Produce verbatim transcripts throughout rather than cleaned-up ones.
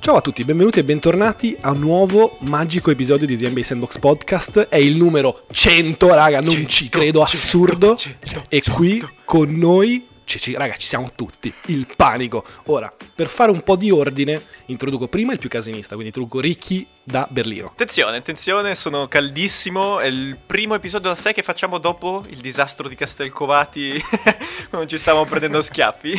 Ciao a tutti, benvenuti e bentornati a un nuovo magico episodio di The N B A Sandbox Podcast. È il numero cento, raga, non cento, ci credo, assurdo. cento, cento, e qui cento. Con noi, ci, ci, raga, ci siamo tutti, il panico. Ora, per fare un po' di ordine, introduco prima il più casinista, quindi introduco Ricky da Berlino. Attenzione, attenzione, sono caldissimo, è il primo episodio da sé che facciamo dopo il disastro di Castelcovati, quando ci stavamo prendendo schiaffi.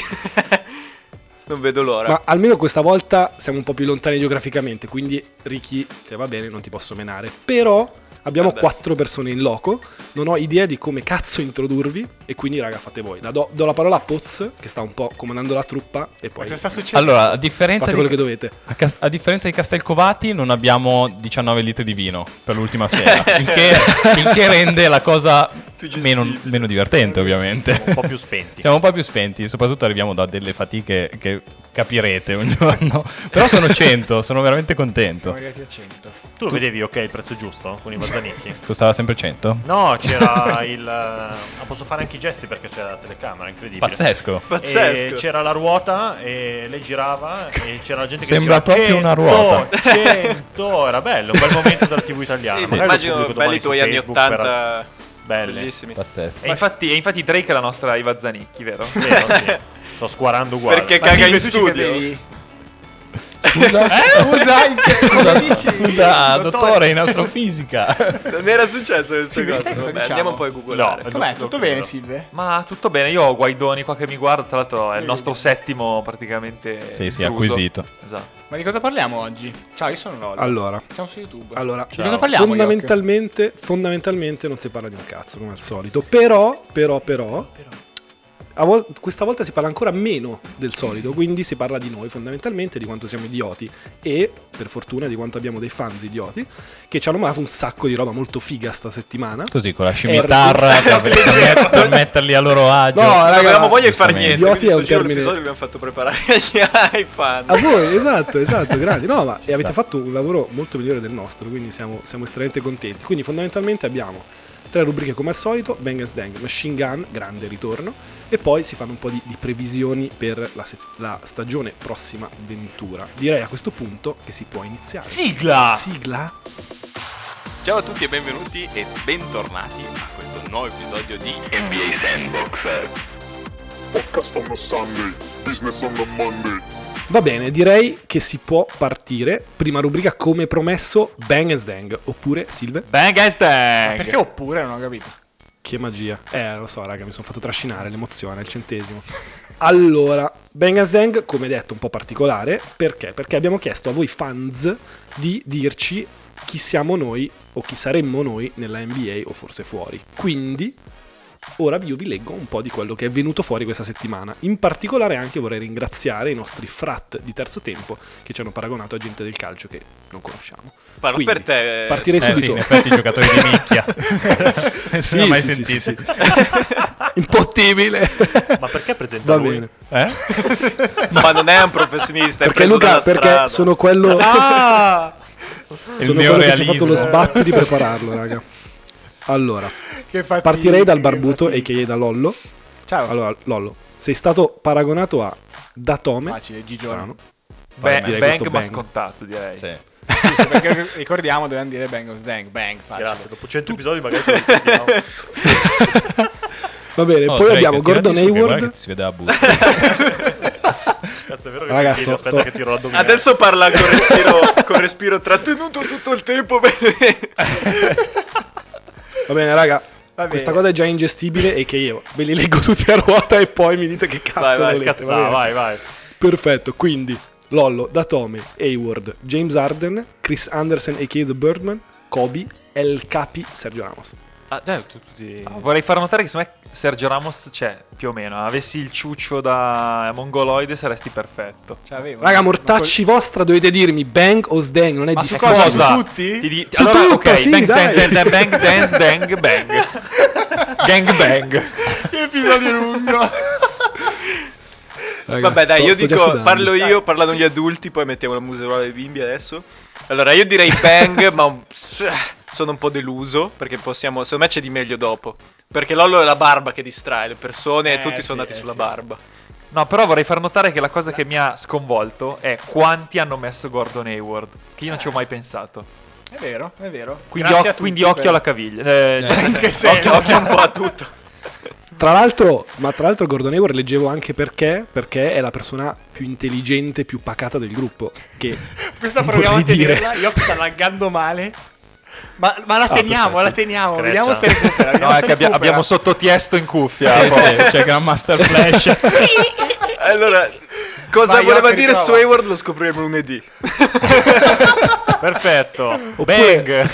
Non vedo l'ora. Ma almeno questa volta siamo un po' più lontani geograficamente, quindi Ricky, se va bene, non ti posso menare. Però abbiamo Guarda. quattro persone in loco, non ho idea di come cazzo introdurvi e quindi raga fate voi. La do, do la parola a Poz, che sta un po' comandando la truppa e poi... Cosa sta succedendo? Allora, a differenza fate di, quello che dovete. A, Cas- a differenza di Castelcovati non abbiamo diciannove litri di vino per l'ultima sera, il, che, il che rende la cosa meno, meno divertente ovviamente. Siamo un po' più spenti. Siamo un po' più spenti, soprattutto arriviamo da delle fatiche che capirete un giorno. Però sono cento, sono veramente contento. Siamo arrivati a cento. Tu lo vedevi ok il prezzo giusto con i Vazzanicchi? Costava sempre cento? No, c'era il... Ma posso fare anche i gesti perché c'era la telecamera, incredibile. Pazzesco. Pazzesco. E c'era la ruota e lei girava e c'era la gente che Sembra diceva proprio una ruota. cento. Era bello, un bel momento della tivù italiana. Sì, Magari lo immagino pubblico belli domani i tuoi su anni Facebook ottanta. per- Belle. Bellissimi. Pazzesco. E infatti, e infatti Drake è la nostra Iva Zanicchi, vero? Vero, sì. Sto sguarando uguale. Perché Ma caga sì, in tu ci studio. cadevi? Scusa? Eh? Scusa, in che cosa dici? Scusa, dottore, in astrofisica. Non era successo questa Sì, cosa. te cosa Vabbè, diciamo? andiamo poi a googlare. No, Com'è? lo- Tutto lo bene, credo. Silve? Ma tutto bene, io ho Guaidoni qua che mi guarda, tra l'altro è il nostro settimo praticamente. Sì, sì, intruso. acquisito. Esatto. Ma di cosa parliamo oggi? Ciao, io sono Lolo. Allora, Siamo su YouTube. allora Di cosa parliamo, fondamentalmente, fondamentalmente non si parla di un cazzo come al solito. Però, però, però, a vol- questa volta si parla ancora meno del solito, quindi si parla di noi fondamentalmente, di quanto siamo idioti e, per fortuna, di quanto abbiamo dei fans idioti che ci hanno mandato un sacco di roba molto figa sta settimana. Così con la scimitarra per, per, met- per metterli a loro agio. No, Non raga, avevamo voglia di fare giustamente. niente. Idioti è Quindi un sto giro termine- l'episodio abbiamo fatto preparare ai fan. A voi, esatto, esatto, grandi. No, ma e avete sta. fatto un lavoro molto migliore del nostro, quindi siamo, siamo estremamente contenti. Quindi fondamentalmente abbiamo tre rubriche come al solito: Bang and Dang, Machine Gun, grande ritorno, e poi si fanno un po' di, di previsioni per la, se- la stagione prossima ventura. Direi a questo punto che si può iniziare. Sigla! Sigla? Ciao a tutti e benvenuti e bentornati a questo nuovo episodio di N B A Sandbox. Podcast on a Sunday, business on a Monday. Va bene, direi che si può partire. Prima rubrica come promesso, Bang and Dang. Oppure, Silve? Bang and Stang! Perché oppure non ho capito. Che magia. Eh, lo so, raga, mi sono fatto trascinare l'emozione, il centesimo. Allora, Bang and Dang, come detto, un po' particolare. Perché? Perché abbiamo chiesto a voi fans di dirci chi siamo noi o chi saremmo noi nella N B A o forse fuori. Quindi, ora io vi leggo un po' di quello che è venuto fuori questa settimana. In particolare anche vorrei ringraziare i nostri frat di terzo tempo che ci hanno paragonato a gente del calcio che non conosciamo. Parlo Quindi, per te. partirei Eh sì, subito. in effetti i giocatori di nicchia. Sì, Non ho mai sì, sì, sentito. sì, sì. Impottibile. Ma perché presenta Va lui? bene. Eh? Ma non è un professionista, è Perché preso Luca, dalla perché strada. sono quello Ah! Il sono quello che si è fatto lo neorealismo. sbatto di prepararlo, raga. Allora, Che fatica, partirei dal che barbuto, fatica. a k a da Lollo. Ciao. Allora, Lollo, sei stato paragonato a Datome. Facile, Gigione. Strano. Ba- direi bang questo ma bang. scontato, direi. Sì. Giusto, perché ricordiamo, dobbiamo dire Bang of Dang. Bang, facile. Grazie, dopo cento episodi magari ce lo ricordiamo. Va bene, Oh, poi Drake, abbiamo tirati Gordon su, che guarda Hayward. che si vede a buzza. Cazzo, è vero che Raga, c'è il sto- aspetta sto- che tiro l'addominale. Adesso parla con respiro, con respiro trattenuto tutto il tempo. Bene. Va bene, raga. Va Questa bene. cosa è già ingestibile e che io ve li leggo tutti a ruota e poi mi dite che cazzo Vai, vai, volete. Scazzà, va bene? vai, vai. Perfetto, quindi Lollo, Datome, Hayward, James Harden, Chris Anderson a k a. The Birdman, Kobe, El Capi, Sergio Ramos. Ah, dai, tu- tutti- Ah, vorrei far notare che secondo me Sergio Ramos c'è, più o meno. Avessi il ciuccio da mongoloide saresti perfetto. Ce l'avevo. Raga, Ma mortacci vostra, dovete dirmi bang o sdang, non è Ma su difficile. cosa? Cosa? Su tutti? Ti di- Su allora, tutto, ok, sì, bang, dai. dance, dance, bang, dance, dang, bang. Gang bang. Che episodio lungo. Raga, Vabbè, dai, sto- io sto già dico, sudando. parlo io, parlano gli adulti, poi mettiamo la musica dei bimbi adesso. Allora, io direi bang, ma un- sono un po' deluso, perché possiamo, secondo me c'è di meglio dopo. Perché Lollo è la barba che distrae le persone e Eh, tutti sì, sono andati eh, sulla sì. barba. No, però vorrei far notare che la cosa che mi ha sconvolto è quanti hanno messo Gordon Hayward, che io non ci ho mai pensato. È vero, è vero. Quindi, Grazie oc- a tutti quindi occhio per- alla caviglia. Eh, Che sei- Occhio, occhio un po' a tutto. Tra l'altro, ma tra l'altro Gordon Hayward leggevo anche perché, perché è la persona più intelligente, più pacata del gruppo. Che Questa proviamo a vorrei dire. tenerla. Io sta laggando male. Ma, ma la Ah, teniamo, perfetto. la teniamo. Screccia. Vediamo se recupera. no, vediamo è se che abbia- recupera. abbiamo sotto Tiesto in cuffia. Sì, sì, c'è Grandmaster Flash. Allora, cosa Vai, voleva York, dire riprova. su Hayward lo scopriremo lunedì. Perfetto. Oppure- Bang.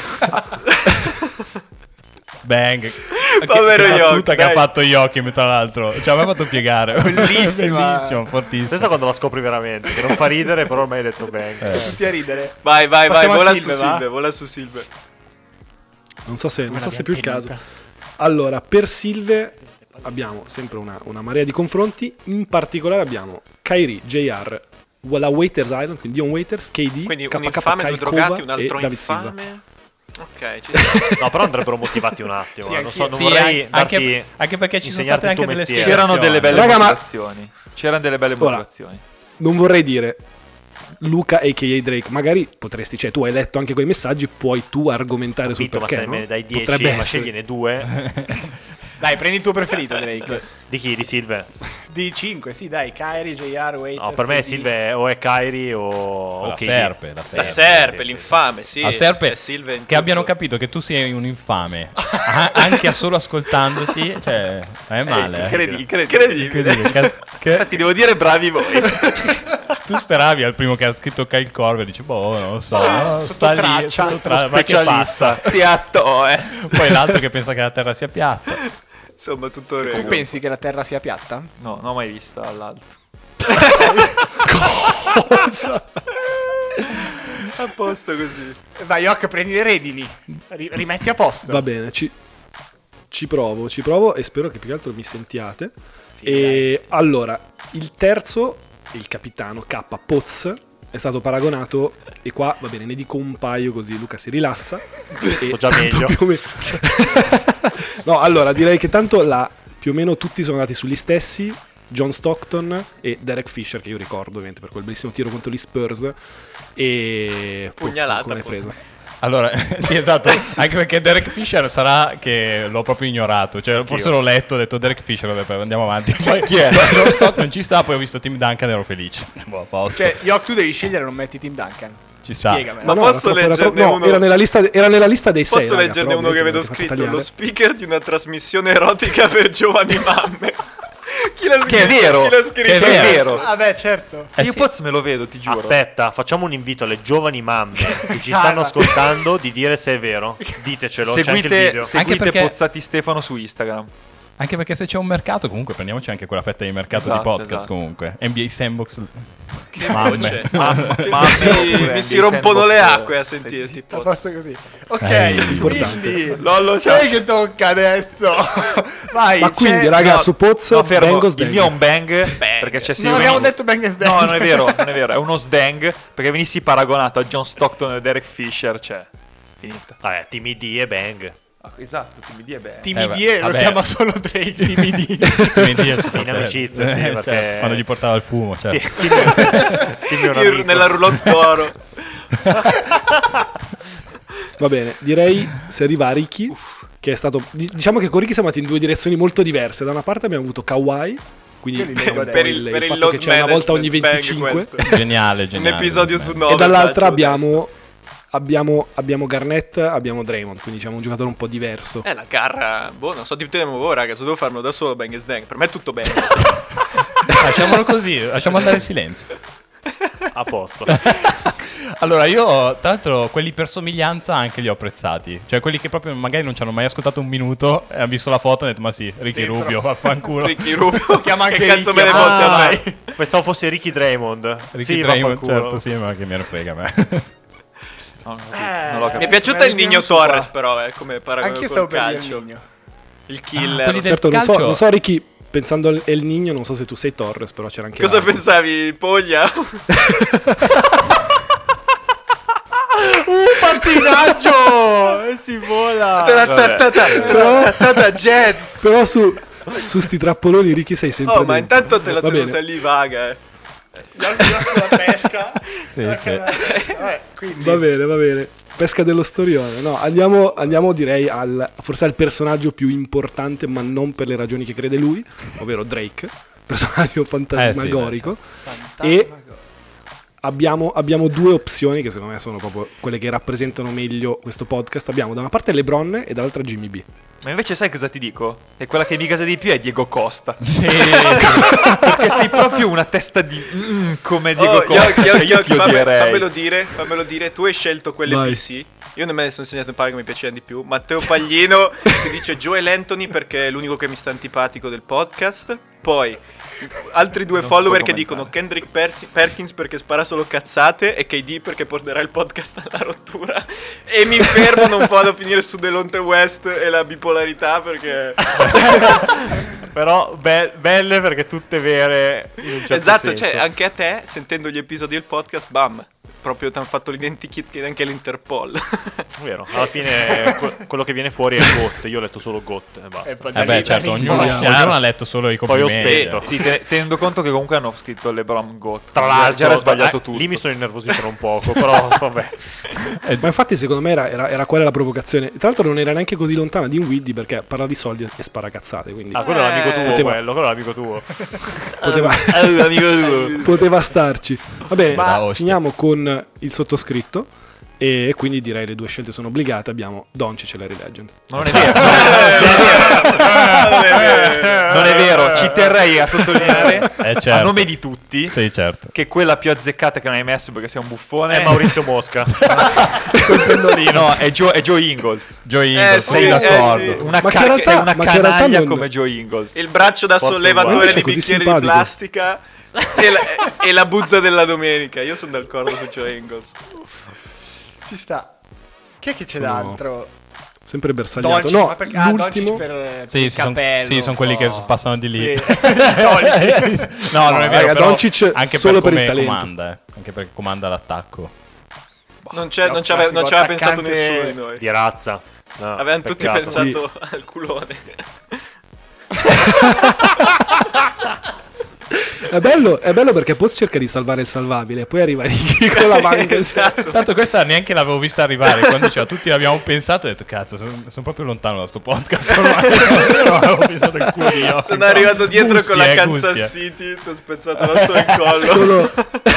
Bang. Povero che Joachim, battuta che dai. ha fatto Joachim, tra l'altro. Ci aveva fatto piegare. Bellissima. Bellissimo, fortissimo. Pensa quando la scopri veramente, che non fa ridere, però ormai hai detto bang. Eh. Tutti a ridere. Vai, vai, vai, Passiamo a vola Silve, su va? Silve, vola su Silve. non so se, non Come so se è più il l'abbiamo caso. Allora, per Silve abbiamo sempre una, una marea di confronti. In particolare abbiamo Kyrie, J R, la Waiters Island, quindi Dion Waiters, K D, Quindi K un K, infame, Kyle due drogati, Kova un altro e David Silva. infame. Ok, ci sta. No, però andrebbero motivati un attimo. Sì, eh. Non, anch'io. so, non Sì, vorrei an- anche, darti... anche perché ci sono insegnarti state il anche tuo delle mestiere. C'erano delle belle Raga, ma- motivazioni. C'erano delle belle Ora, motivazioni. Non vorrei dire Luca a k a. Drake, magari potresti, cioè tu hai letto anche quei messaggi, puoi tu argomentare Capito, sul ma perché, se me ne no? dai dieci, Potrebbe ma essere. scegliene due. Dai, prendi il tuo preferito, Drake. Di chi? Di Silve? Di cinque, sì, dai. Kyrie, J R, Waiters. No, per me K D. Silve o è Kyrie o... La o K D. serpe, la serpe. La serpe, sì, sì, l'infame, sì. La serpe, Eh, Silve in che abbiano tutto. capito che tu sei un infame, a- anche a solo ascoltandoti, cioè, è male. eh. Credi, credi. Incredibile. Incredibile, che- che- Infatti devo dire bravi voi. tu speravi al primo che ha scritto Kyle Korver, dici, boh, non lo so, Ah, sta sotto lì, traccia, sotto tra- Lo ma che specialista. passa. Piatto, eh. Poi l'altro che pensa che la terra sia piatta. Insomma, tutto Tu regola. pensi che la terra sia piatta? No, non ho mai vista all'alto. A posto così. Vai, Yok, prendi le redini. Ri- rimetti a posto. Va bene, ci, ci provo, ci provo e spero che più che altro mi sentiate. E allora, il terzo, il capitano K. Poz, è stato paragonato, e qua va bene, ne dico un paio così Luca si rilassa. E già tanto meglio. più o meno- no, allora direi che tanto la, più o meno tutti sono andati sugli stessi, John Stockton e Derek Fisher, che io ricordo ovviamente per quel bellissimo tiro contro gli Spurs. E Pugnalata, come l'hai Poz. presa? Allora, sì, esatto, anche perché Derek Fisher sarà che l'ho proprio ignorato, cioè forse l'ho letto, ho detto Derek Fisher, vabbè, poi andiamo avanti. Poi chi è? Lo stock non ci sta, poi ho visto Tim Duncan e ero felice. Boh, a posto. Cioè, Yok, tu devi scegliere, non metti Tim Duncan. Ci sta. Spiegamelo. Ma no, posso era troppo- era leggerne troppo- no, uno? era nella lista, era nella lista dei sei. Posso raga, leggerne però uno che ovviamente vedo mi avete scritto? fatto Lo tagliare. speaker di una trasmissione erotica per giovani mamme. Chi l'ha scritto? Che è vero, Chi l'ha scritto? che è È vero. vero. Ah, beh, certo. Eh Io sì. Poz me lo vedo, ti giuro. Aspetta, facciamo un invito alle giovani mamme che ci Calma. stanno ascoltando di dire se è vero. Ditecelo, c'è anche il Seguite, video. seguite Anche perché- Pozzati Stefano su Instagram. Anche perché se c'è un mercato, comunque prendiamoci anche quella fetta di mercato Esatto, di podcast esatto. comunque. N B A Sandbox. Che Mamme. voce. Mamma, Che mamma, mi si, oppure mi si N B A rompono le Sandbox, acque a eh, sentirti. A Poz. posto così. Ok, Eh, quindi... Lollo, ciao. Sai che tocca adesso. Vai, Ma quindi, c'è- raga, No, su Poz, no, fermo. Bengals, Il mio è un bang, perché c'è Non abbiamo detto Bang and Sdang. No, non è vero, non è vero, è uno sdang perché venissi paragonato a John Stockton e Derek Fisher, cioè finita. Vabbè, Timmy D e Bang. Ah, esatto, ti mi dia bang. Timmy Eh, D beh, lo vabbè. chiama solo Drake. Timmy D. Come dire, In amicizia, sì, Eh, perché- cioè, quando gli portava il fumo, cioè. Timmy Timmy è un Il- amico. nella roulotte d'oro. Va bene, direi se arriva a Ricky, che è stato... di- Diciamo che con Ricky siamo andati in due direzioni molto diverse. Da una parte abbiamo avuto Kawhi, quindi Io li leggo un po' Per il, il, per il fatto load che c'è una volta ogni management, venticinque. bang questo. Geniale, Un geniale. episodio su geniale. nove. E dall'altra faccio abbiamo, abbiamo, abbiamo Garnett, abbiamo Draymond, quindi diciamo un giocatore un po' diverso. Eh, la garra, boh, non so, ti temo voi, raga, se devo farmelo da solo, bang e sdang. Per me è tutto bene. Lasciamolo così, lasciamo andare il silenzio. A posto. Allora, io tra l'altro quelli per somiglianza anche li ho apprezzati. Cioè quelli che proprio magari non ci hanno mai ascoltato un minuto e hanno visto la foto e hanno detto ma sì, Ricky Dentro. Rubio, vaffanculo. Ricky Rubio. Chiama che anche cazzo Ricky, me ne ah, fotte a Ah, me? pensavo fosse Ricky Draymond. Ricky sì, Draymond, vaffanculo. certo, sì, ma che me ne frega a me. No, non ho capito, Eh, non l'ho Mi è capito. piaciuto me il ne Nino tiriamo su qua. Torres, però, eh, come paragone Anche io col stavo per dire il calcio. Nino. Il killer. quelli del Certo, non so, calcio- non so Ricky, pensando al El Nino, non so se tu sei Torres, però c'era anche... Cosa l'altro. pensavi, Poglia? Pattinaggio! E si vola! Tata jazz. Però su, Su sti trappoloni Ricky sei sempre Oh, ma dentro. intanto te l'ho Va tenuta bene. lì vaga, eh. Gli altri la pesca. Sì, sì. Vabbè, quindi Va bene, va bene. Pesca dello storione. No, andiamo, andiamo direi al forse al personaggio più importante, ma non per le ragioni che crede lui, ovvero Drake, personaggio fantasmagorico. E abbiamo, abbiamo due opzioni che secondo me sono proprio quelle che rappresentano meglio questo podcast. Abbiamo da una parte LeBron e dall'altra Jimmy B. Ma invece sai cosa ti dico? È quella che mi gasa di più è Diego Costa. Sì. Perché sei proprio una testa di... Mm, come Diego Oh, Costa. Yoki, Yoki, Io Yoki, ti fammi- odierei. fammelo dire, fammelo dire. Tu hai scelto quelle Vai. P C. Io non me ne sono segnato un paio che mi piacevano di più. Matteo Paglino che dice Joel Anthony perché è l'unico che mi sta antipatico del podcast. Poi altri due Non follower può che commentare. dicono Kendrick Persi- Perkins perché spara solo cazzate e K D perché porterà il podcast alla rottura. E mi fermo, non vado a finire su Delonte West e la bipolarità perché... Però be- belle perché tutte vere in un certo esatto, senso. cioè anche a te, sentendo gli episodi del podcast, bam, proprio ti hanno fatto l'identikit che anche l'Interpol. Vero, alla fine que- quello che viene fuori è G O T, io ho letto solo G O T e basta. E poi Eh beh, certo, ognuno, Poi- ognuno ha letto solo i Poi ho complimenti. spento. Sì, te- tenendo conto che comunque hanno scritto LeBron G O T. Tra l'altro, già era sbagliato eh, tutto. lì mi sono innervosito per un poco, però vabbè. Ma infatti secondo me era, era, era quella la provocazione. Tra l'altro non era neanche così lontana di un Widdy perché parla di soldi e spara cazzate, quindi Ah, quello è l'amico tuo, poteva- quello, quello è l'amico tuo. poteva, poteva starci. Va bene, Da Ostia. finiamo con il sottoscritto e quindi direi le due scelte sono obbligate. Abbiamo Doncic e Larry Legend. Ma non è vero. Non è vero, ci terrei a sottolineare Eh, certo. a nome di tutti Sì, certo. che quella più azzeccata che non hai messo perché sei un buffone È Maurizio Mosca. col pennolino. No, è Joe, è Joe Ingles. Joe Eh, Ingles, sì, sei eh, d'accordo. sì. Una, Ma che ca- in realtà- sei una ma che in realtà canaglia non- come Joe Ingles. Il braccio da Porca sollevatore guarda. di Così bicchieri di simpatico. plastica e la, e la buzza della domenica. Io sono d'accordo su Joe Ingles. ci sta. Che è che c'è Sono- d'altro? Sempre bersagliato. Doncic, No, ma perché ah, l'ultimo Doncic per, per Sì, il sì, son- capello. sì, sono quelli che oh. passano di lì. Sì, i soliti. No, non è vero, raga, però Doncic anche solo per per il come talento. comanda, eh. Anche perché comanda l'attacco. Non, c'è, no, non, ci ave- non ci aveva pensato attaccante- nessuno di noi. Di razza. No, Avevano tutti peccato. pensato al culone. È bello, è bello perché Poz cerca di salvare il salvabile, poi arriva Ricky con la banca. Esatto. Tanto questa neanche l'avevo vista arrivare. Quando diceva tutti l'abbiamo pensato, ho detto cazzo, sono, sono proprio lontano da sto podcast. Ormai. Io non avevo pensato il culo di Yoki. Sono arrivato dietro Gustia, con la eh, Kansas gustia. City, ti ho spezzato l'osso del collo. Solo,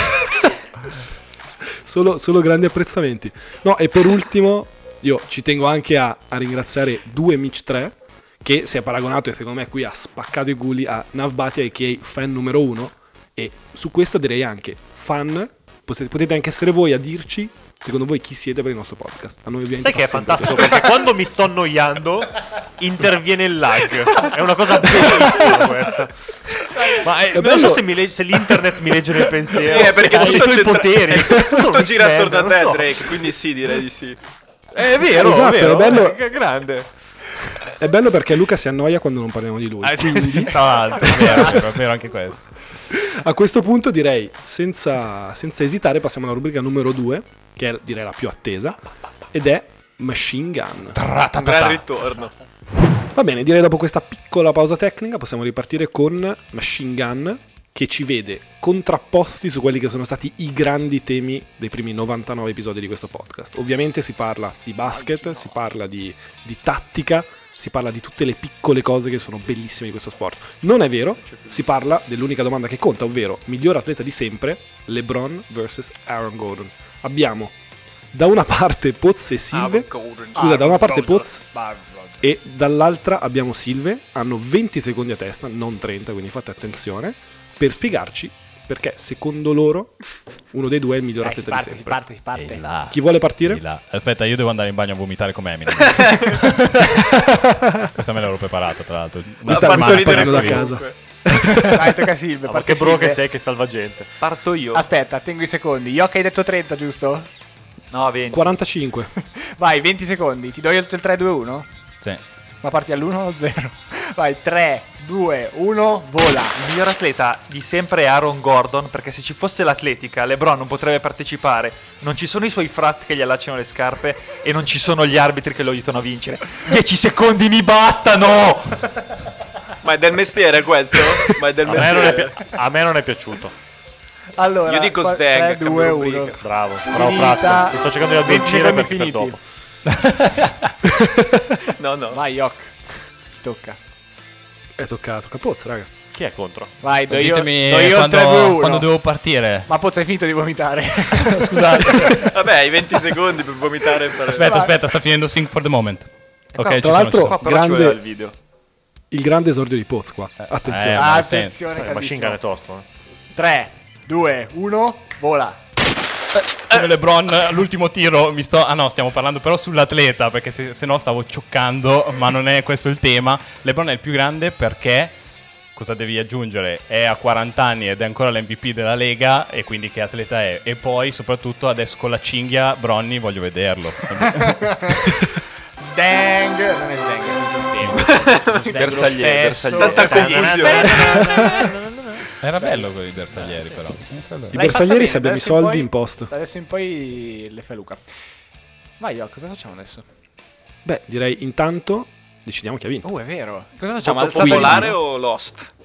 solo, solo grandi apprezzamenti. No, e per ultimo, io ci tengo anche a, a ringraziare due Mitch tre, che si è paragonato e secondo me qui ha spaccato i culi a Navbati, a k a fan numero uno. E su questo direi anche fan, potete, potete anche essere voi a dirci secondo voi chi siete per il nostro podcast. A noi ovviamente Sai che è fa sempre fantastico perché quando mi sto annoiando interviene il lag. È una cosa bellissima questa. Ma eh, È non bello- so se, mi legge- se l'internet mi legge nel pensiero. Sì, è perché o se i tutto, tuoi c'entra- poteri. è Sono tutto un gira X-Men, attorno a non te, so. Drake, quindi sì, direi di sì. È vero, Esatto, è vero. è bello- Che grande. È bello perché Luca si annoia quando non parliamo di lui. Ah, sì, Quindi, sì, tra l'altro, è vero, è vero, è vero anche questo. a questo punto direi, senza, senza esitare, passiamo alla rubrica numero due, che è direi la più attesa, ed è Machine Gun. Un gran ritorno. Va bene, direi dopo questa piccola pausa tecnica possiamo ripartire con Machine Gun, che ci vede contrapposti su quelli che sono stati i grandi temi dei primi novantanove episodi di questo podcast. Ovviamente si parla di basket, si parla di, di tattica, si parla di tutte le piccole cose che sono bellissime di questo sport. Non è vero, si parla dell'unica domanda che conta, ovvero miglior atleta di sempre, LeBron versus Aaron Gordon. Abbiamo da una parte Poz e Silve, scusa, da una parte Poz e dall'altra abbiamo Silve, hanno venti secondi a testa, non trenta, quindi fate attenzione, per spiegarci perché secondo loro uno dei due è il miglior Eh, si atleta parte, di si sempre. parte, si parte. E là, Chi vuole partire? e là. Aspetta, io devo andare in bagno a vomitare come Eminem. Questa me l'ero preparata, tra l'altro. Ma Questa ha la fatto mi ridere sta da parlando da casa. casa. Dai, tocca a Silve, Ma parte che bro che Silve. sei che salva gente. Parto io. Aspetta, tengo i secondi. Yoki hai detto trenta, giusto? No, venti. quarantacinque. Vai, venti secondi. Ti do io il tre, due, uno? Sì. Ma parti all'uno o allo zero? Vai, tre, due, uno, vola. Il miglior atleta di sempre è Aaron Gordon, perché se ci fosse l'atletica LeBron non potrebbe partecipare, non ci sono i suoi frat che gli allacciano le scarpe e non ci sono gli arbitri che lo aiutano a vincere. dieci secondi mi bastano! Ma è del mestiere questo? Ma è del A me, non è mestiere. pi- a me non è piaciuto. Allora, Io dico qua- Stang, tre, cambio due, rubrica. uno. Bravo, bravo Finita. Frat. Ti sto cercando di venti addolcire secondi per, per finiti. dopo. No, no. Vai, Yok. Ti tocca. È toccato, Capozzo, raga. Chi è contro? Vai, do io, Ditemi do io il quando, tre due uno. quando devo partire. Ma Pozzo, hai finito di vomitare? Scusate. Vabbè, hai venti secondi per vomitare e fare... Aspetta, aspetta, sta finendo Sync for the Moment. Ok, ci tra sono, l'altro- ci Qua sono. però ci grande- voleva il video. Il grande esordio di Poz qua. Attenzione. Eh, ma Attenzione, Eh, Machine Gun è tosto. Eh. tre, due, uno, vola. Come LeBron all'ultimo tiro mi sto ah no stiamo parlando però sull'atleta perché se, se no stavo cioccando, ma non è questo il tema. LeBron è il più grande perché cosa devi aggiungere? È a quaranta anni ed è ancora l'M V P della Lega, e quindi che atleta è? E poi soprattutto adesso con la cinghia Bronny voglio vederlo. Stang. Non è Stang, è tutto il tempo. Bersaglieri, bersaglieri. Tanta confusione. Era bello quello di Bersaglieri però. I L'hai fatta bersaglieri bene, se abbiamo i adesso in soldi poi- in posto. Da adesso in poi le fai Luca. Vai, Yok, cosa facciamo adesso? Beh, direi intanto decidiamo chi ha vinto. Oh, è vero. Cosa facciamo? Voto Alzate il popolare mano? o Lost?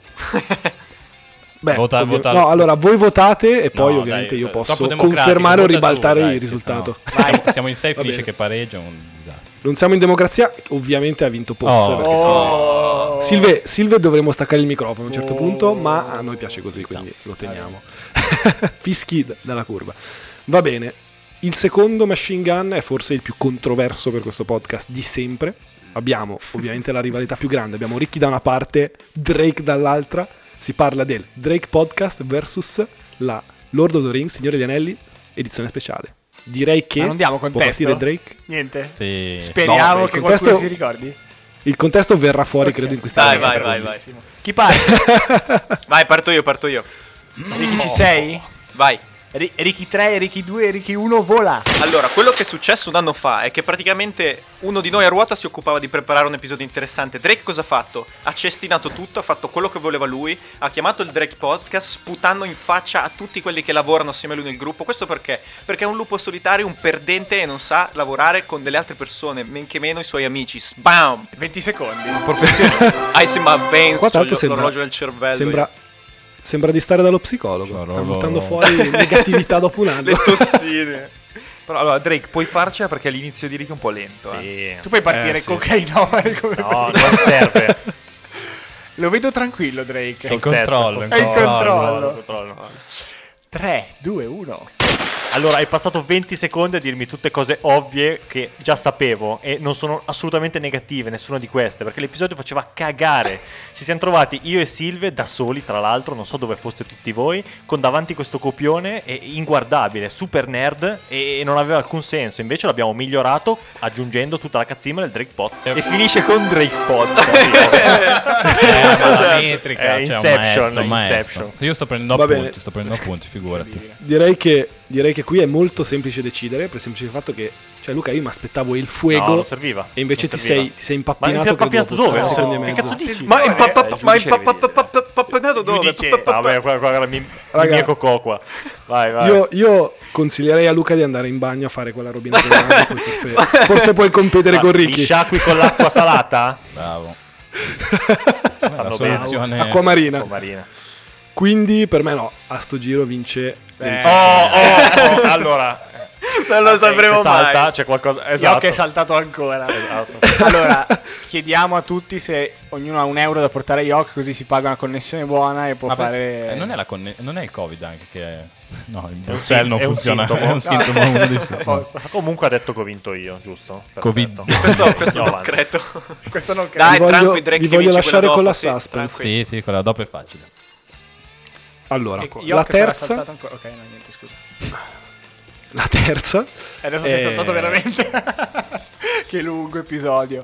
Beh, Vota- ovvio- vota- no, allora voi votate e poi No, ovviamente dai, io troppo posso democratico, confermare o vota tu, ribaltare dai, il che risultato. sennò- Siamo, siamo in sei, Va finisce bene. che pareggia, un disastro. Non siamo in democrazia, ovviamente ha vinto Poz. Oh. perché Oh. sì. Silve, Silve dovremmo staccare il microfono a un certo punto, ma a noi piace così, quindi lo teniamo. Fischi d- dalla curva. Va bene. Il secondo Machine Gun è forse il più controverso per questo podcast di sempre. Abbiamo ovviamente la rivalità più grande. Abbiamo Ricky da una parte, Drake dall'altra. Si parla del Drake Podcast versus la Lord of the Rings, Signore degli Anelli, edizione speciale. Direi che Ma non diamo può contesto? partire Drake. Niente? Sì. Speriamo No, beh, il che contesto- qualcuno si ricordi. Il contesto verrà fuori, credo, in questa Dai, ragazza. vai, vai, vai. Chi parte? Vai, parto io, parto io. Ricky, ci sei? Vai. Ri- Ricky tre, Ricky due, Ricky uno, vola. Allora, quello che è successo un anno fa è che praticamente uno di noi a ruota si occupava di preparare un episodio interessante. Drake cosa ha fatto? Ha cestinato tutto, ha fatto quello che voleva lui, ha chiamato il Drake Podcast sputando in faccia a tutti quelli che lavorano assieme a lui nel gruppo. Questo perché? Perché è un lupo solitario, un perdente e non sa lavorare con delle altre persone, men che meno i suoi amici. Sbam! venti secondi. Ah, sì, ma Vance, Qua tra c'ho l'altro sembra, l'orologio del cervello. sembra, sembra di stare dallo psicologo. Sono Sta lo- buttando fuori negatività dopo un anno. Le tossine. Però allora Drake puoi farcela perché l'inizio di Ricky è un po' lento. Eh. Sì. Tu puoi partire Eh, sì. cocainone come No, non serve. Lo vedo tranquillo, Drake. È in controllo, in È in controllo. controllo. Controllo. tre, due, uno. Allora, hai passato venti secondi a dirmi tutte cose ovvie che già sapevo e non sono assolutamente negative, nessuna di queste, perché l'episodio faceva cagare. Ci siamo trovati io e Silve da soli, tra l'altro, non so dove foste tutti voi, con davanti questo copione e inguardabile, super nerd e non aveva alcun senso. Invece l'abbiamo migliorato aggiungendo tutta la cazzimma del Drake Pot. E finisce con Drake Pod. Eh, ma la metrica, Eh, cioè, un Inception, maestro, un maestro. Inception. Io sto prendendo Va appunti, bene. sto prendendo appunti, figurati. Direi che, direi che qui è molto semplice decidere, per il semplice fatto che, cioè Luca, io mi aspettavo il No, fuego non serviva. e invece Non ti serviva. sei, ti sei Ma impappinato. impappinato credo, dopo dove? tre No, secondi e che mezzo. cazzo dici? Ma Eh, impappa- il ma giudice devi impappato dove? Giudice, vabbè, qua, qua, mi, Raga. mi cocò qua. Vai, vai. Io, io consiglierei a Luca di andare in bagno a fare quella robina del grande, poi forse, forse puoi competere Ma con Li Ricky. sciacqui con l'acqua salata? Bravo. La Fanno soluzione Acqua marina. Acqua marina. Quindi per me no, a sto giro vince Dennis. Oh, oh, oh, allora. Non lo sapremo se salta, mai. c'è qualcosa. Yok Esatto. è saltato ancora. Esatto. Allora, chiediamo a tutti se ognuno ha un euro da portare a Yok, così si paga una connessione buona e può Ma pens- fare... eh, non, è la conne- non è il Covid anche che è... No, il un Bruxelles sim- non è un funziona. sintomo. È un sintomo, uno dei A sintomi. posto. Comunque ha detto che ho vinto io, giusto? Covid. Perfetto. Questo, questo Andiamo non avanti. credo. Questo non credo. Dai, Vi voglio- tranqui, Drake vi che voglio vince lasciare quella con la dopo, sì, suspense. tranqui. Sì, sì, quella dopo è facile. Allora, Ecco, la Yok sarà terza, saltato ancora. Ok, no, niente, scusa. la terza E adesso Eh. sei saltato veramente. Che lungo episodio.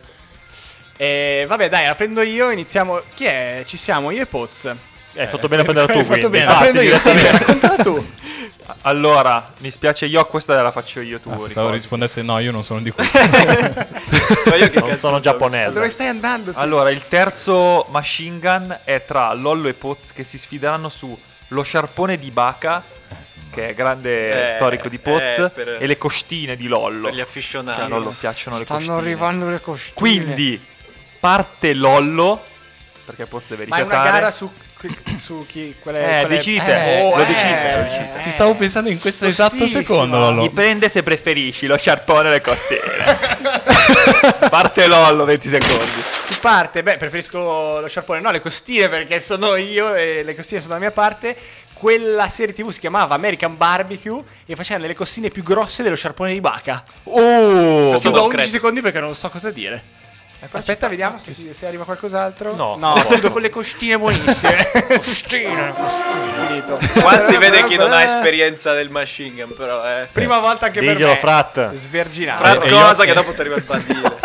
E vabbè, dai, la prendo io. Iniziamo. Chi è? Ci siamo, io e Poz. Hai fatto bene a prendere tu, Hai fatto quindi. bene, la Parti prendo io. Sì, direttamente. raccontala tu. Allora, mi spiace Yok, questa la faccio io tu. Ah, pensavo ricordi. rispondesse no, io non sono di qui. Ma io che Non cazzo sono so? giapponese. Dove stai andando? Sì. Allora, il terzo Machine Gun è tra Lollo e Poz che si sfideranno su lo sciarpone di Baka, che è grande Eh, storico di Poz, eh, per- e le costine di Lollo. Per gli Che a afficionati. Lollo piacciono le Stanno costine. arrivando le costine. Quindi parte Lollo perché Poz deve Ma è rifiatare. una gara su, su chi... Quelle, Eh, quelle... decide, Oh, lo eh, decide, lo decide. eh, Ci stavo pensando in questo esatto tostissima. secondo, Lollo. Dipende se preferisci lo sciarpone o le costiere. Parte Lollo, venti secondi. Chi parte? Beh, preferisco lo sciarpone. No, le costine, perché sono io e le costine sono dalla mia parte. Quella serie tivù si chiamava American Barbecue e facevano delle costine più grosse dello sciarpone di Baca. Oh, Questo Chiudo lo undici credo. secondi perché non so cosa dire. Aspetta, vediamo se, se arriva qualcos'altro. No. no, chiudo con le costine buonissime. Costine. Finito. Qua si vede chi non ha esperienza del machine gun, però eh. Prima volta anche Diglielo, per me. Frat. Sverginato. Fra e cosa io- che dopo ti arriva il bandire.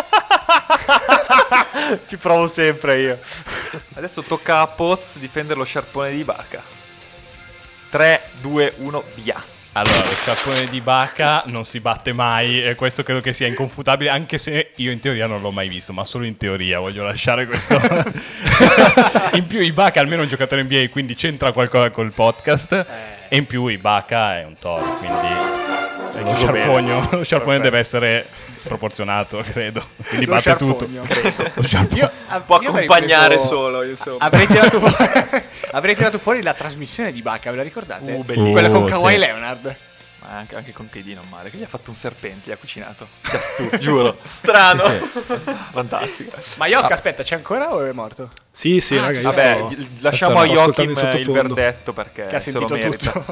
Ci provo sempre io. Adesso tocca a Poz difendere lo sciarpone di Baca. tre, due, uno, via. Allora, lo sciarpone di Baca non si batte mai e questo credo che sia inconfutabile, anche se io in teoria non l'ho mai visto, ma solo in teoria voglio lasciare questo. In più Ibaka almeno è un giocatore N B A, quindi c'entra qualcosa col podcast, e in più Ibaka è un toro, quindi lo sciarpone, lo sciarpone deve essere proporzionato, credo. Quindi Lo batte sciarpogno. tutto. Lo sciarpone. Io, a- Può io avrei accompagnare preso- solo, insomma. Avrei tirato, fuori, avrei tirato fuori la trasmissione di Baca, ve la ricordate? Uh, bellissimo. Quella con Oh, Kawhi sì. Leonard. Ma anche, anche con Piedino male, che gli ha fatto un serpente, gli ha cucinato. Just tu, giuro. Strano. Fantastico. Ma Yok, aspetta, c'è ancora o è morto? Sì, sì, Ah, raga, io Vabbè, sto- gli- lasciamo a sto ascoltando Joachim in il sottofondo. verdetto perché Che ha se lo sentito merita. tutto.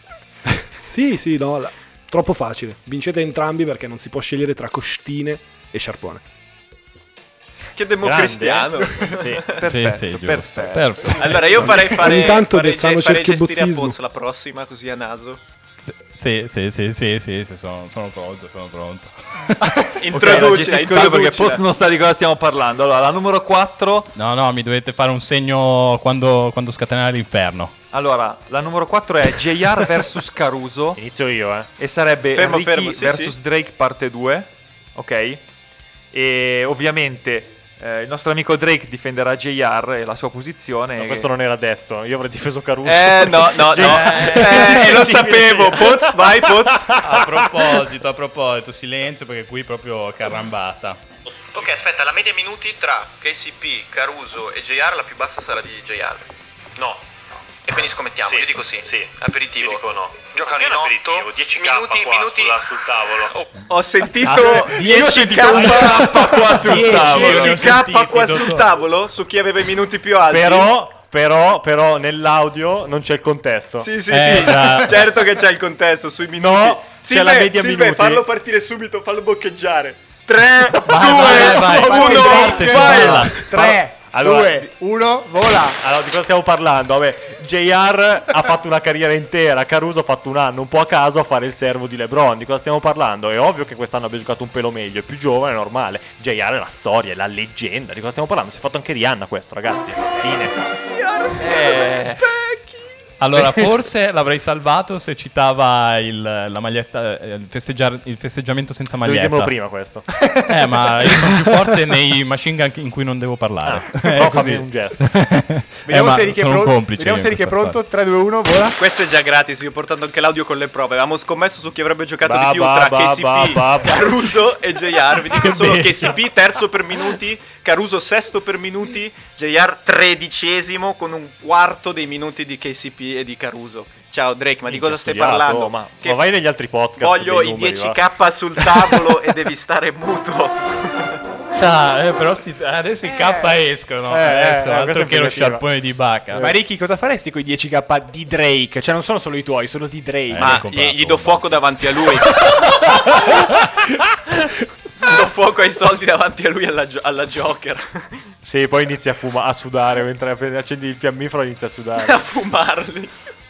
Sì, sì, no, la- troppo facile. Vincete entrambi perché non si può scegliere tra costine e sciarpone. Che democristiano. Sì. Perfetto, Sì, sì, giusto. perfetto. Perfetto. Allora io farei fare, Ogni tanto farei, del sano farei gestire a cerchiobottismo. Poz la prossima, così a naso. Sì, sì, sì, sì, sì, sì, sono, sono pronto, sono pronto. Introduci, Ok, scusa perché Poz non sa di cosa stiamo parlando. Allora, la numero quattro. No, no, mi dovete fare un segno quando, quando scatenare l'inferno. Allora, la numero quattro è J R versus Caruso. Inizio io, eh. E sarebbe Fermo, Ricky fermo, sì, versus sì. Drake parte due. Ok. E ovviamente eh, il nostro amico Drake difenderà J R e la sua posizione. No, questo non era detto. Io avrei difeso Caruso. Eh no, no, no. Eh, lo sapevo. Poz, vai Poz. A proposito, a proposito, silenzio perché qui proprio carambata. Ok, aspetta, la media minuti tra K C P, Caruso e J R, la più bassa sarà di J R. No. E quindi scommettiamo, io dico sì. Sì. Aperitivo. Io dico no. Giocano in otto. dieci minuti, minuti sul tavolo. Ho sentito dieci K qua sul tavolo. dieci K qua sul tavolo su chi aveva i minuti più alti. Però, però, però nell'audio non c'è il contesto. Sì, sì, Eh, sì. già. Certo che c'è il contesto sui minuti. No, c'è la media Silve, minuti. fallo partire subito, fallo boccheggiare. tre, vai, vai, due, vai, uno, parte, si balla. vai. tre, Allora, due, uno, vola. Allora, di cosa stiamo parlando? Vabbè, J R ha fatto una carriera intera, Caruso ha fatto un anno, un po' a caso a fare il servo di LeBron. Di cosa stiamo parlando? È ovvio che quest'anno abbia giocato un pelo meglio, è più giovane, è normale. J R è la storia, è la leggenda. Di cosa stiamo parlando? Si è fatto anche Rihanna questo, ragazzi. Fine. Eh. Allora, forse l'avrei salvato se citava il, la maglietta, eh, il, festeggiar- il festeggiamento senza Lo vediamo maglietta. prima questo. Eh, ma io sono più forte nei machine gun in cui non devo parlare. Eh, Però così. fammi un gesto. Vediamo Eh, ma se Ricky è sono un pronto. complice Vediamo io se in Ricky è questa pronto. tre, due, uno, vola. Questo è già gratis, vi ho portato anche l'audio con le prove. Avevamo scommesso su chi avrebbe giocato Ba, di più ba, tra ba, K C P, ba, ba, ba. Caruso e J R. Vi dico solo bello. K C P terzo per minuti, Caruso sesto per minuti, J R tredicesimo con un quarto dei minuti di K C P e di Caruso. Ciao Drake, ma di cosa stai Studiato, parlando? Ma, Che ma vai negli altri podcast. voglio dei i numeri, dieci va. K sul tavolo e devi stare muto. Cioè, eh, però si- adesso i K escono. eh, adesso, eh, altro questa è che lo impegnativa. sciarpone di Baca. Ma Ricky, cosa faresti con i dieci K di Drake? Cioè, non sono solo i tuoi, sono di Drake. Eh, Ma l'ho comprato, gli, gli do un fuoco po'. davanti a lui. Do fuoco ai soldi davanti a lui alla, gio- alla Joker. Sì, poi inizia a fumare, a sudare. Mentre accendi il fiammifero inizia a sudare. A fumarli.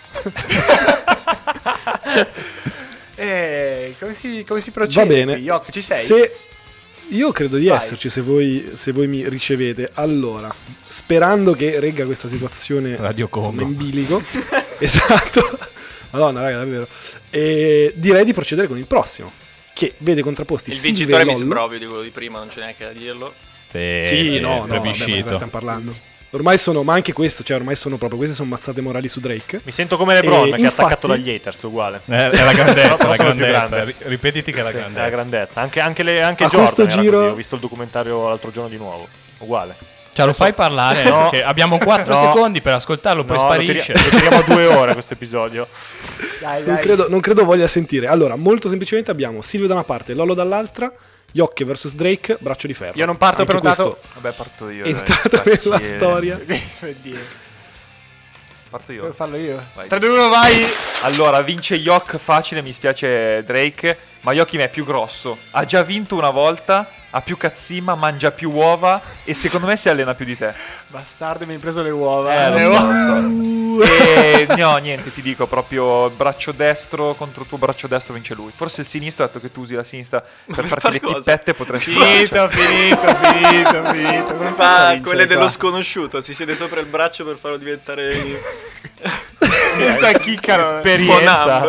Eh, come si, come si procede? Va bene. qui? Yok, ci sei? Se io credo di Vai. esserci se voi, se voi mi ricevete. Allora, sperando che regga questa situazione Radio insomma, Congo. in bilico. Esatto. Madonna, raga, davvero. E direi di procedere con il prossimo, che vede contrapposti Il Silve vincitore e mi Lollo. sembra ovvio di quello di prima, non c'è neanche da dirlo. Sì, Sì, sì, no, no, vabbè, ma di plebiscito. cosa stiamo parlando? Ormai sono, ma anche questo, cioè ormai sono proprio, queste sono mazzate morali su Drake. Mi sento come LeBron E che è infatti- attaccato dagli haters, uguale. Eh, è la grandezza, Però la sono più grandezza. grande. Ri- Ripetiti che è la È grandezza. la grandezza. Anche, anche, le, anche A Jordan questo era giro- così. Ho visto il documentario l'altro giorno di nuovo. Uguale. Cioè, lo fai parlare? No. Che abbiamo quattro No. secondi per ascoltarlo, poi No, lo sparisce. tiri- lo tiriamo a due ore questo episodio. Dai, Non dai. credo, non credo voglia sentire. Allora, molto semplicemente abbiamo Silvio da una parte, Lolo dall'altra, Yokke versus Drake, braccio di ferro. Io non parto, Anche prenotato. questo Vabbè, parto io. è dai. entrato Facci- nella storia. Per dire. Parto io. Devo farlo io. Vai. tre, due, uno, vai. Allora, vince Yok facile, mi spiace Drake, ma Yokim è più grosso. Ha già vinto una volta, ha più cazzimma, mangia più uova e secondo me si allena più di te. Bastardo, mi hai preso le uova. Eh, lo Le so, uova. lo so. E no, niente, ti dico proprio braccio destro contro il tuo braccio destro vince lui. Forse il sinistro, dato che tu usi la sinistra per farti fare le cosa? pippette, potresti Finito, finito, finito, finito. Si Come fa a vincere quelle dello qua? sconosciuto, si siede sopra il braccio per farlo diventare Questa chicca non- esperienza. Bonam.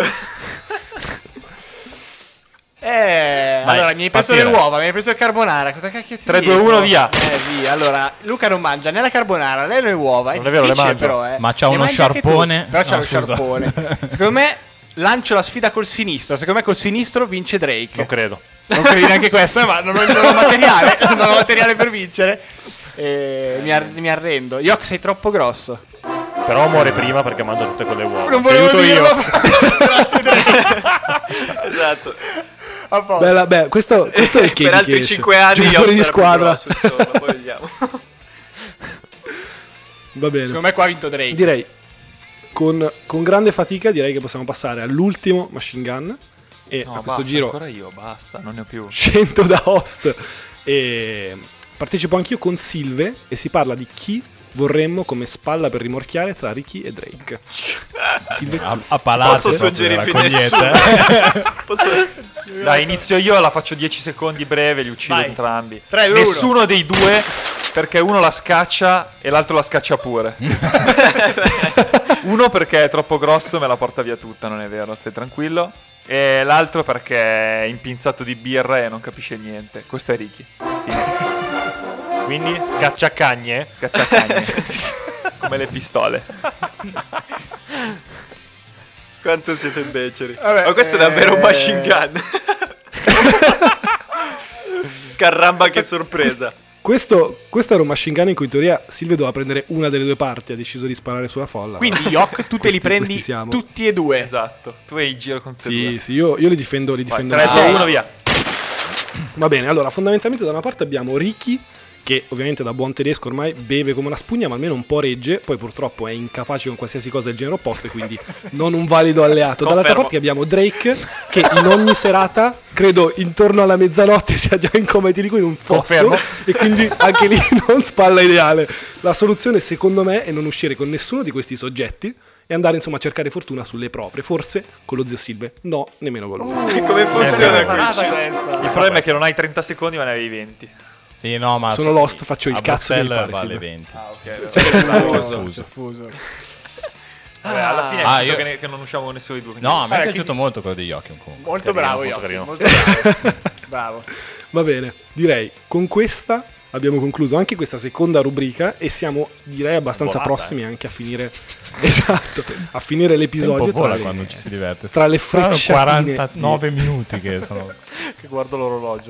Eh, Vai, allora mi hai preso partire. le uova, mi hai preso il carbonara. Cosa cacchio ti tre, due, dico? uno, via. Eh, via. Allora, Luca non mangia né la carbonara né le uova. Non è vero, le difficile mangia. però, eh. Ma c'ha Le uno mangi anche tu. sciarpone. Però c'ha No, lo scusa. sciarpone. Secondo me lancio la sfida col sinistro. Secondo me col sinistro vince Drake. Non credo. Non credi neanche questo, eh, ma non ho, non ho materiale. Non ho materiale per vincere. E mi, ar- mi arrendo. Yok, sei troppo grosso. Però muore prima perché mangia tutte quelle uova. Non Ti volevo aiuto dirlo. io. Grazie, Drake. Esatto. A posto. Bella, beh, questo, questo è il Per Katie altri che esce. cinque anni io Giocatori di squadra. Grosso, insomma, poi vediamo. Va bene. Secondo me qua ha vinto Drake. Direi con, con grande fatica direi che possiamo passare all'ultimo machine gun e No, a questo basta, giro ancora io, basta, non ne ho più. scendo da host e partecipo anch'io con Silve e si parla di chi vorremmo come spalla per rimorchiare tra Ricky e Drake. Silve, A, a palate, Posso proprio, suggerirvi raccoglietta. nessuno. Posso... Dai, inizio io, la faccio dieci secondi breve, li uccido Vai. entrambi. tre, due, Nessuno dei due, perché uno la scaccia e l'altro la scaccia pure. Uno perché è troppo grosso, me la porta via tutta, non è vero, stai tranquillo. E l'altro perché è impinzato di birra e non capisce niente. Questo è Ricky. Fine. Quindi scacciacagne, scacciacagne. Come le pistole. Quanto siete beceri. Vabbè, Ma questo è davvero un eh, machine gun. Caramba, che sorpresa. questo, questo era un machine gun in cui in teoria Silve doveva prendere una delle due parti, ha deciso di sparare sulla folla. Quindi Yok, tu te li Questi- prendi questi siamo. tutti e due. Esatto. Tu hai il giro con te Sì, due. sì, io, io li difendo, li difendo. tre, da due, solo. uno, via. Va bene, allora fondamentalmente da una parte abbiamo Ricky che ovviamente da buon tedesco ormai beve come una spugna ma almeno un po' regge, poi purtroppo è incapace con qualsiasi cosa del genere opposto e quindi non un valido alleato. Dall'altra Confermo. parte abbiamo Drake che in ogni serata, credo intorno alla mezzanotte, sia già in coma etilico in un fosso Confermo. e quindi anche lì non spalla ideale. La soluzione secondo me è non uscire con nessuno di questi soggetti e andare insomma a cercare fortuna sulle proprie, forse con lo zio Silve, no, nemmeno con lui. Come funziona qui? Parata questa. Il problema è che non hai trenta secondi ma ne avevi venti. Sì, no, ma Sono sì, Lost, faccio il a cazzo che mi Bruxelles pare, vale sì. venti. Confuso. Confuso. Vabbè, alla fine è Ah, finto io- che, ne- che non usciamo con nessuno dei due. No, a me è Eh, piaciuto molto quello di Joachim comunque. Molto Carino, bravo molto Yok. carino. Molto bravo. Bravo. Va bene, direi con questa abbiamo concluso anche questa seconda rubrica e siamo direi abbastanza Volata, prossimi anche a finire esatto, a finire Il l'episodio tempo tra vola le, quando ci si diverte. tra le Saranno frecciatine quarantanove minuti che sono... Che guardo l'orologio.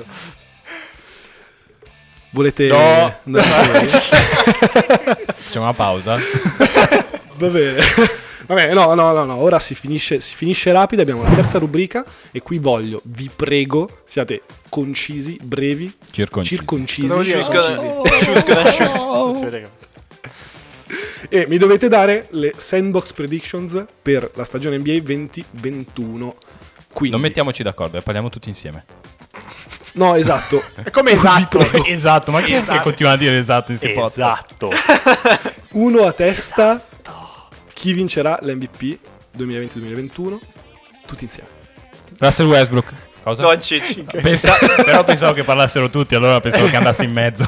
volete No. andare Facciamo una pausa? va bene. Va bene, no, no, no, no, ora si finisce, si finisce rapida, abbiamo la terza rubrica e qui voglio, vi prego, siate concisi, brevi, Circoncisi. circoncisi, Cosa vuol dire? Shoes gonna- shoes gonna shoot. e mi dovete dare le sandbox predictions per la stagione N B A venti ventuno. Quindi, Non mettiamoci d'accordo, eh, parliamo tutti insieme. no, esatto. È come esatto. Esatto, ma chi è che continua a dire esatto in sti podcast? Esatto. Uno a testa. Chi vincerà l'M V P duemilaventi duemilaventuno? Tutti insieme. Russell Westbrook. Cosa? Doncic. Pensa- però pensavo che parlassero tutti, allora pensavo che andassi in mezzo.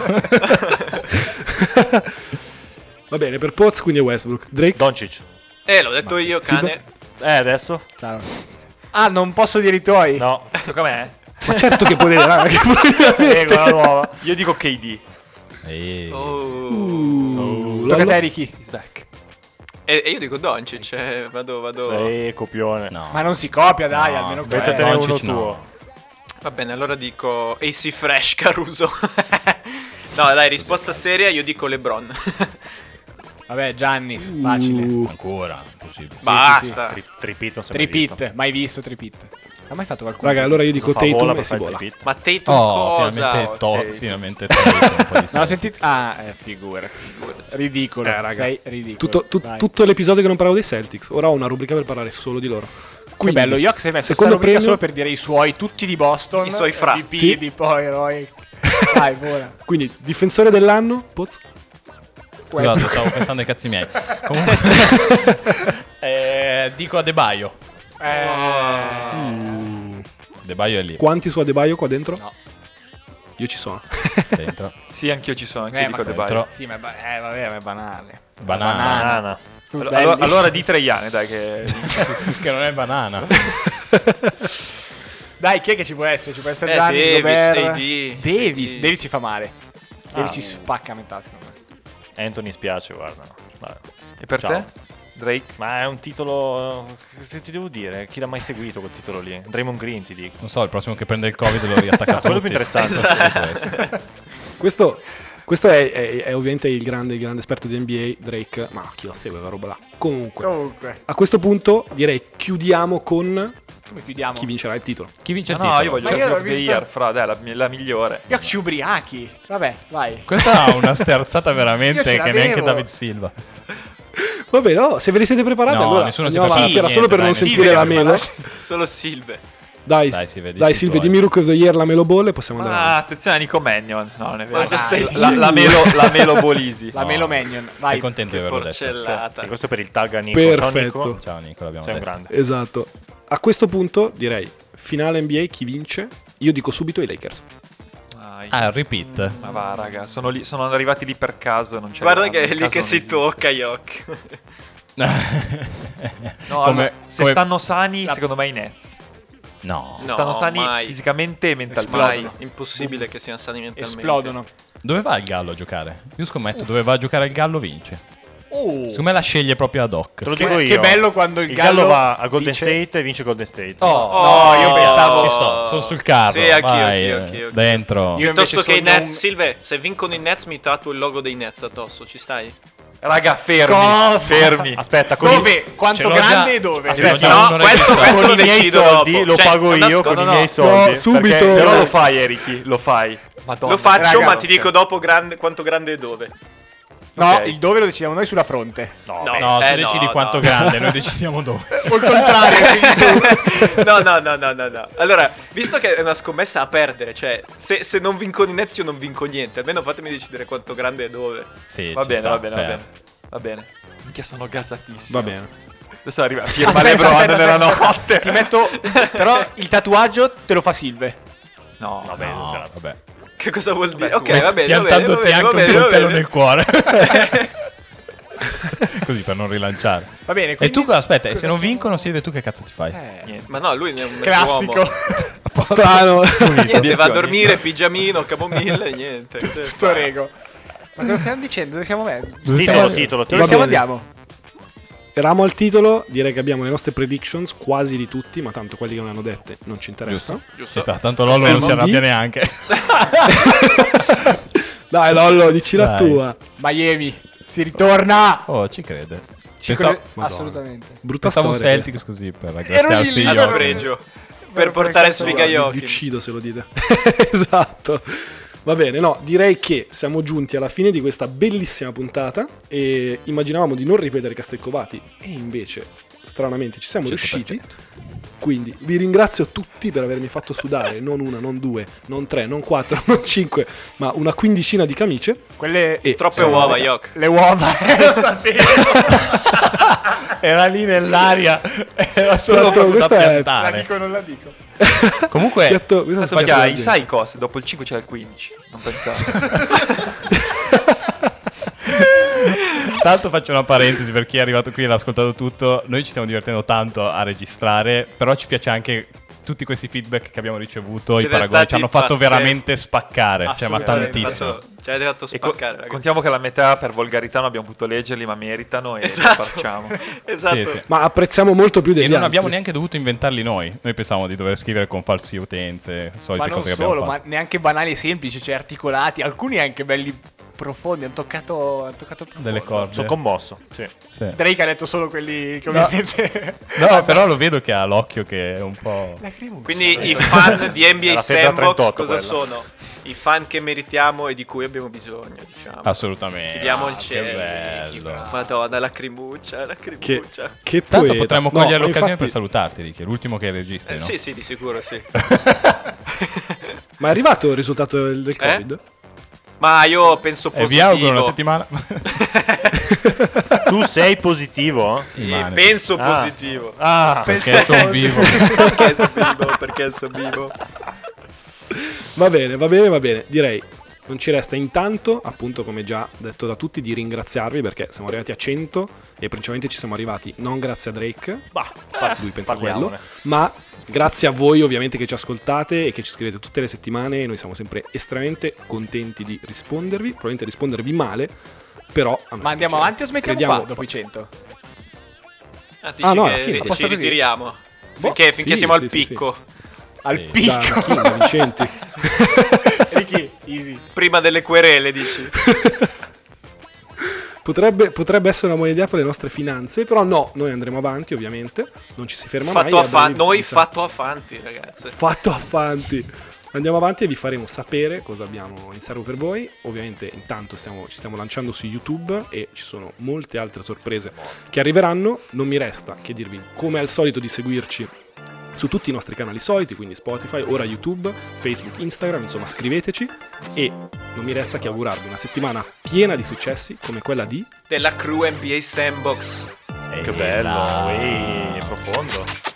Va bene, per Poz quindi è Westbrook. Drake? Doncic. Eh, l'ho detto io, cane. Eh, adesso? Ciao. Ah, non posso dire i tuoi? No. Tocca a me? Ma certo che potete, raga, che Eh, quella nuova. Io dico K D. E... Oh. Tocca a te, Ricky. He's back. E, e io dico Doncic, eh, vado, vado. Eh, copione. No. Ma non si copia, dai, No, almeno aspetta, quello. Mettetene uno Doncic no. tuo. Va bene, allora dico A C Fresh Caruso. No, dai, risposta seria, io dico LeBron. Vabbè, Giannis, facile. Uh, Ancora, impossibile. Basta. Tri- Tripit non si è mai visto. Tripit, mai visto Tripit. Ha mai fatto qualcuno? raga, allora io dico Cosa fa Vola Tatum per e si fare il vola. tripit? Ma Tatum Oh, cosa? finalmente, to- Ok. finalmente Tatum. Non ho sentito. Ah, eh, figura. Ridicolo. Eh, raga. Sei ridicolo. Tutto, tu- Vai. tutto l'episodio che non parlavo dei Celtics. Ora ho una rubrica per parlare solo di loro. Che Quindi, bello, Yok si è messo secondo questa rubrica premio- solo per dire i suoi, tutti di Boston. I suoi fra. M V P, Sì. di poi eroi. Dai, vola. Quindi, difensore dell'anno, Poz? Scusate, stavo pensando ai cazzi miei. Comunque, eh, dico Adebayo. Adebayo è lì, Quanti su Adebayo qua dentro? No. Io ci sono. dentro. Sì, anch'io ci sono, anche Eh, io dico ma De Baio. dentro. Sì, ma è, ba- eh, vabbè, ma è banale. Banana. Banana. Tu Allo- belli. Allora, allora di Traiane, dai, che Che non è banana. Dai, chi è che ci può essere? Ci può essere Eh, Giannis, Davis, Gobert. A D. Davis, A D. Davis si fa male. Davis Ah, si sì. spacca a metà, secondo me. Anthony spiace, guarda. Vabbè. E per Ciao. te? Drake? Ma è un titolo. Che ti devo dire? Chi l'ha mai seguito quel titolo lì? Draymond Green, ti dico. Non so, il prossimo che prende il Covid lo riattacca Ah, quello più tutti. interessante. Sì, può essere. Questo, questo è, è- è ovviamente il grande, il grande esperto di N B A, Drake. Ma chi lo segue quella roba là? Comunque, Comunque, a questo punto direi chiudiamo con come chiudiamo? chi vincerà il titolo. Chi vince il No, titolo? io voglio Ma io Champion l'ho of the visto- Year, fra, dai, la, la migliore. Io ci ubriachi. Vabbè, vai. Questa è una sterzata Io veramente ce che l'avevo. neanche David Silva. Vabbè, no, se ve li siete preparati, No, allora nessuno si andiamo è avanti. Era preparato solo per non niente, sentire dai. la melo. Solo Silve. Dai, Dai, dai, Silve, dici Silve, tu, dimmi eh. Rookie of the Year, la melo ball e possiamo andare Ma avanti. attenzione a Nico Mannion. No, non è vero. Cosa stai La, dicendo? la melo, la melo Bolisi. La No. Melo Mannion. Sei Vai. contento di averlo detto? Porcellata. E questo per il tag a Nico. Ciao, Perfetto. Nico. Ciao Nico, l'abbiamo Sei un detto. grande. Esatto. A questo punto direi finale N B A, chi vince? Io dico subito i Lakers. Ai. Ah, il repeat. Ma va, raga, sono, lì, sono arrivati lì per caso. Non c'è Guarda che è lì che si tocca, Yok. No, Come- allora, se come- stanno sani, secondo me i Nets. No. Se No, stanno sani mai. fisicamente e mentalmente. Mai. Impossibile che siano sani mentalmente. Esplodono. Dove va il Gallo a giocare? Io scommetto, dove va a giocare il Gallo vince. Oh. Secondo me la sceglie proprio ad hoc. Te lo Che- dico che io. bello quando il il Gallo, Gallo va a Golden dice- State e vince Golden State. Oh, io pensavo- Ci sto, sono sul carro. Sì, anch'io, vai, anch'io, anch'io, anch'io. dentro. Io Piuttosto invece che i sogno Nets, un- Silve, se vincono i Nets mi tatuo il logo dei Nets addosso, ci stai? Raga, fermi. Cosa? Fermi. Aspetta, con Dove? i, Ce Quanto l'ho grande già- e dove? Aspetta, Aspetta, no, No, non è questo, che questo con lo i miei decido soldi dopo. lo Cioè, pago non io nascondo- con no, i no. miei soldi. No, subito. perché- Però lo fai, Eriki, lo fai. Madonna. Lo faccio, Raga, ma ti ok. dico dopo grande, quanto grande e dove. No, Ok. il dove lo decidiamo noi sulla fronte. No, No. beh, No, tu Eh, decidi no, quanto no. grande, noi decidiamo dove. O il contrario. quindi tu. No, no, no, no, no, no. Allora, visto che è una scommessa a perdere, cioè, se, se non vincono i Nets io non vinco niente, almeno fatemi decidere quanto grande e dove. Sì, Va ci bene, sta, va bene, va fair. bene. Va bene. Minchia, sono gasatissimo. Va bene. Adesso arriva, firma LeBron nella notte. Ti metto. Però il tatuaggio te lo fa Silve. No, vabbè, no. non ce l'ha. Vabbè. Che cosa vuol dire? Vabbè, Ok, su, va bene, va bene, va Piantandoti bene, anche va un bene, va coltello bene. nel cuore. Così per non rilanciare. Va bene. E quindi- tu, aspetta, e se cosa non siamo- vincono, Silvia, tu che cazzo ti fai? Eh, Niente. Ma no, lui è un Classico. uomo. Strano. Niente, va a dormire, pigiamino, camomilla e niente. Tutto rego. Ma cosa stiamo dicendo? Dove siamo messi? Dove Titolo, siamo? titolo, Dove Va siamo bene. andiamo? Eravamo al titolo, direi che abbiamo le nostre predictions quasi di tutti, ma tanto quelli che non hanno dette non ci interessa. Ci sta, tanto Lollo non si Fermo. arrabbia Di- neanche. Dai Lollo, dici la Dai. tua. Miami. Si ritorna. Oh, ci crede. Ci Pensavo, crede- Madonna. Assolutamente. Brutta pensavo storia Celtics così per Ero aggraziarsi lì, A lì, io. sfregio. Per portare sfiga agli questa. Vi occhi. uccido se lo dite. Esatto. Va bene, no, direi che siamo giunti alla fine di questa bellissima puntata e immaginavamo di non ripetere Castelcovati e invece, stranamente, ci siamo cento per riusciti. Quindi vi ringrazio tutti per avermi fatto sudare non una, non due, non tre, non quattro, non cinque, ma una quindicina di camicie. Quelle. E Troppe siamo- uova, Yok. Le uova. eh, lo sapevo. Era lì nell'aria. Era solo Esatto, proprio da questa è- La piantare. dico o non la dico? Comunque, Piatto- questo è Tanto piatto perché da i gente. Psychos dopo il cinque c'è il quindici. Non pensavo. tanto faccio una parentesi per chi è arrivato qui e l'ha ascoltato tutto. Noi ci stiamo divertendo tanto a registrare, però ci piace anche tutti questi feedback che abbiamo ricevuto. I Siete paragoni ci stati hanno fatto pazzeschi. veramente spaccare. Cioè, ma Assolutamente. tantissimo. Fatto- ci Cioè, avete fatto E co- spaccare, ragazzi. contiamo che la metà per volgarità non abbiamo potuto leggerli, ma meritano e Esatto. li facciamo. Esatto. Sì, sì. Ma apprezziamo molto più degli E non altri. abbiamo neanche dovuto inventarli noi. Noi pensavamo di dover scrivere con falsi utenze, Ma solite non cose che abbiamo solo, fatto. ma neanche banali e semplici, cioè articolati, alcuni anche belli profondi, hanno toccato, hanno toccato il profondo. Delle corde. Sono commosso. Sì. Sì. Drake ha detto solo quelli che No. ovviamente... No, però lo vedo che ha l'occhio che è un po'... Lacrimuccia. Quindi i fan di N B È A la febbre a Sandbox trentotto cosa quella. sono? I fan che meritiamo e di cui abbiamo bisogno, diciamo. Assolutamente. Chiediamo il Ah, cielo. Che bello. Madonna, lacrimuccia, Che, lacrimuccia. che Tanto poeta. potremmo No, cogliere ma l'occasione infatti- per salutarti, Ricky. È l'ultimo che registri, Eh, no? Sì, sì, di sicuro sì. Ma è arrivato il risultato del, del Eh? Covid? Ma io penso E positivo. vi auguro una settimana. Tu sei positivo? Sì, Male. penso Ah. positivo. Ah, Perché sono vivo. Perché sono vivo, perché sono vivo. Va bene, va bene, va bene. Direi non ci resta intanto, appunto come già detto da tutti, di ringraziarvi perché siamo arrivati a cento e principalmente ci siamo arrivati non grazie a Drake, bah, lui pensa parliamone. quello, ma grazie a voi ovviamente che ci ascoltate e che ci scrivete tutte le settimane. Noi siamo sempre estremamente contenti di rispondervi, probabilmente rispondervi male, però a noi Ma andiamo piace. avanti o smettiamo Crediamo- qua dopo i cento? Ah, dici Ah, no, alla che fine. che A posto ci così? ritiriamo. Boh, Finché, finché sì, siamo sì, al sì, picco. Al Sì. picco. Da King, da Vicenti. Ricky, easy. Prima delle querele, dici. Potrebbe, potrebbe essere una buona idea per le nostre finanze, però no, noi andremo avanti ovviamente, non ci si ferma Fatto mai. a e fa- a breve noi vi sa- fatto avanti, ragazzi. fatto avanti. Andiamo avanti e vi faremo sapere cosa abbiamo in serbo per voi. Ovviamente intanto stiamo, ci stiamo lanciando su YouTube e ci sono molte altre sorprese che arriveranno. Non mi resta che dirvi come al solito di seguirci su tutti i nostri canali soliti, quindi Spotify, ora YouTube, Facebook, Instagram, insomma scriveteci e non mi resta che augurarvi una settimana piena di successi come quella di Della crew N B A Sandbox. Che bello, ehi, è profondo.